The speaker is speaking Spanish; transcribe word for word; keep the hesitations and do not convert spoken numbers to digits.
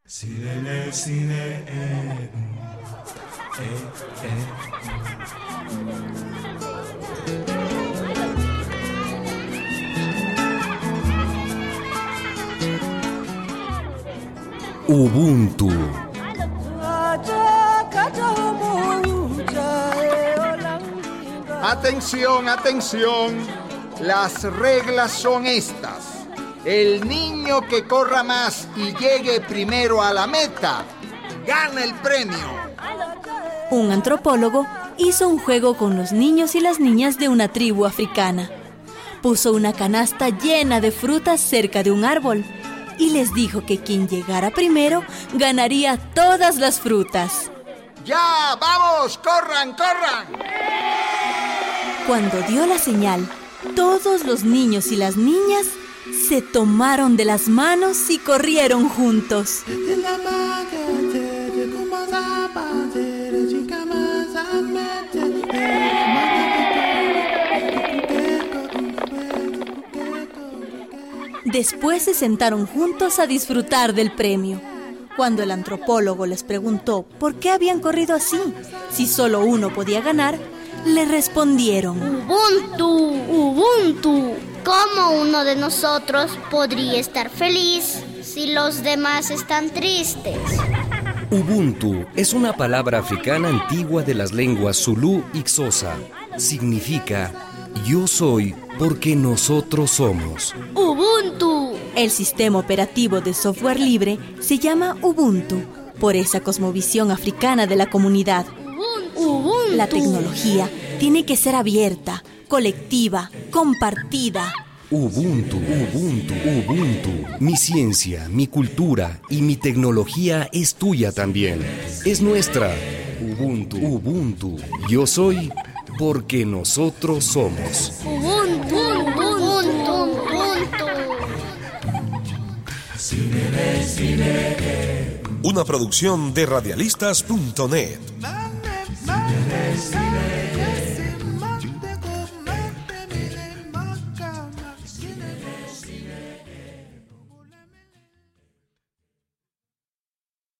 Cine, cine, eh, eh, eh. Ubuntu. Atención, atención. Las reglas son estas. El niño que corra más y llegue primero a la meta, gana el premio. Un antropólogo hizo un juego con los niños y las niñas de una tribu africana. Puso una canasta llena de frutas cerca de un árbol y les dijo que quien llegara primero ganaría todas las frutas. ¡Ya, vamos! ¡Corran, corran! Cuando dio la señal, todos los niños y las niñas se tomaron de las manos y corrieron juntos. Después se sentaron juntos a disfrutar del premio. Cuando el antropólogo les preguntó por qué habían corrido así, si solo uno podía ganar, le respondieron: Ubuntu, Ubuntu. ¿Cómo uno de nosotros podría estar feliz si los demás están tristes? Ubuntu es una palabra africana antigua de las lenguas Zulú y Xhosa. Significa yo soy porque nosotros somos. Ubuntu. El sistema operativo de software libre se llama Ubuntu, por esa cosmovisión africana de la comunidad. Ubuntu. La tecnología tiene que ser abierta, colectiva, compartida. Ubuntu, Ubuntu, Ubuntu. Mi ciencia, mi cultura y mi tecnología es tuya también. Es nuestra. Ubuntu, Ubuntu. Yo soy porque nosotros somos. Ubuntu, Ubuntu, Ubuntu. Cine, cine. Una producción de radialistas punto net.